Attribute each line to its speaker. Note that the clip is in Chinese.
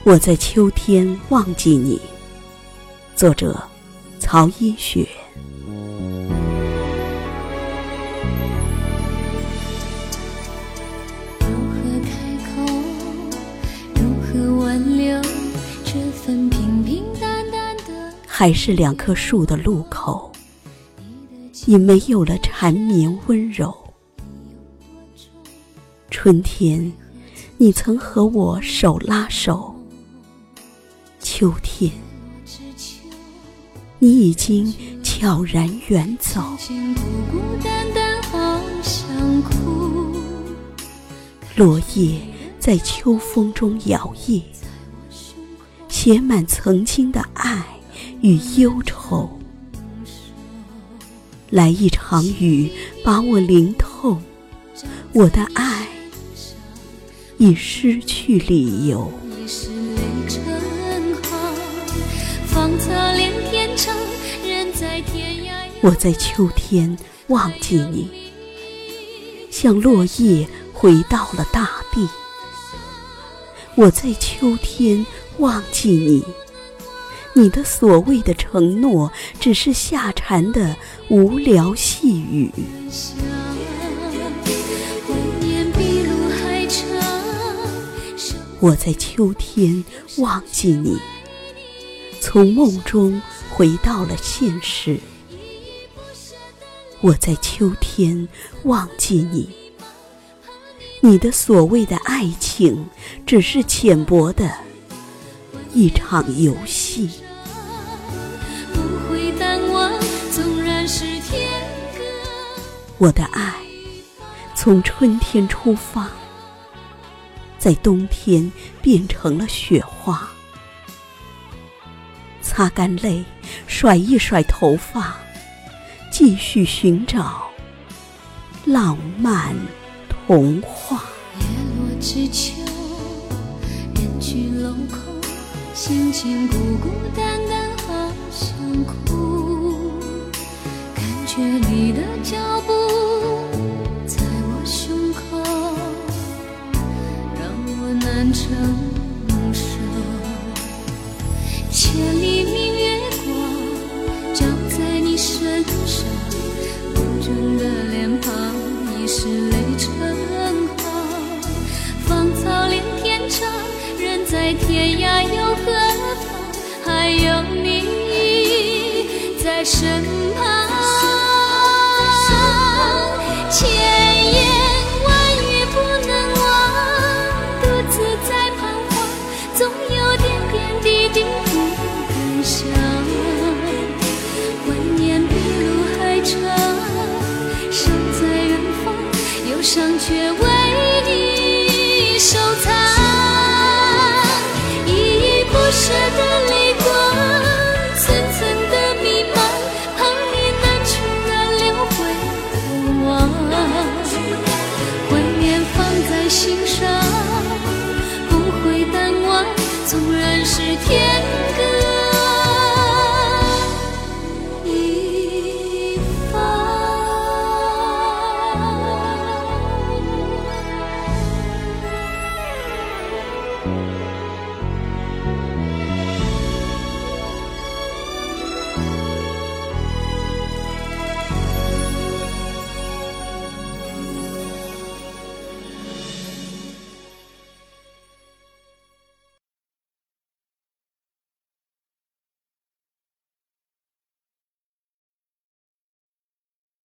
Speaker 1: 我在秋天忘记你。作者：曹一雪。
Speaker 2: 如何开口，如何挽留这份平平淡淡的。
Speaker 1: 还是两棵树的路口，已没有了缠绵温柔。春天，你曾和我手拉手。秋天，你已经悄然远走。
Speaker 2: 孤孤单单好想哭。
Speaker 1: 落叶在秋风中摇曳，写满曾经的爱与忧愁。来一场雨把我淋透，我的爱已失去理由。
Speaker 2: 已是泪成行，芳草连天长，人在天涯。
Speaker 1: 我在秋天忘记你，像落叶回到了大地。我在秋天忘记你，你的所谓的承诺只是下蝉的无聊细语。我在秋天忘记你，从梦中回到了现实。我在秋天忘记你，你的所谓的爱情只是浅薄的一场游戏。
Speaker 2: 不会淡忘，纵然是天歌。
Speaker 1: 我的爱从春天出发，在冬天变成了雪花。擦干泪，甩一甩头发，继续寻找浪漫童话。
Speaker 2: 叶落知秋，人去楼空，心情孤孤单单好想哭。感觉你的脚步在我胸口，让我难承受。千里明月光照在你身上，无尽的脸庞已是泪成行。芳草连天长，人在天涯又何妨？还有你在身旁。千言万语不能忘，独自在彷徨，总有点点滴滴不敢想。怀念比路还长，伤在远方，忧伤却为你收藏。依依不舍的泪光，层层的弥漫，怕你难处难留会渴望。怀念放在心上，不会淡忘，纵然是天各一方。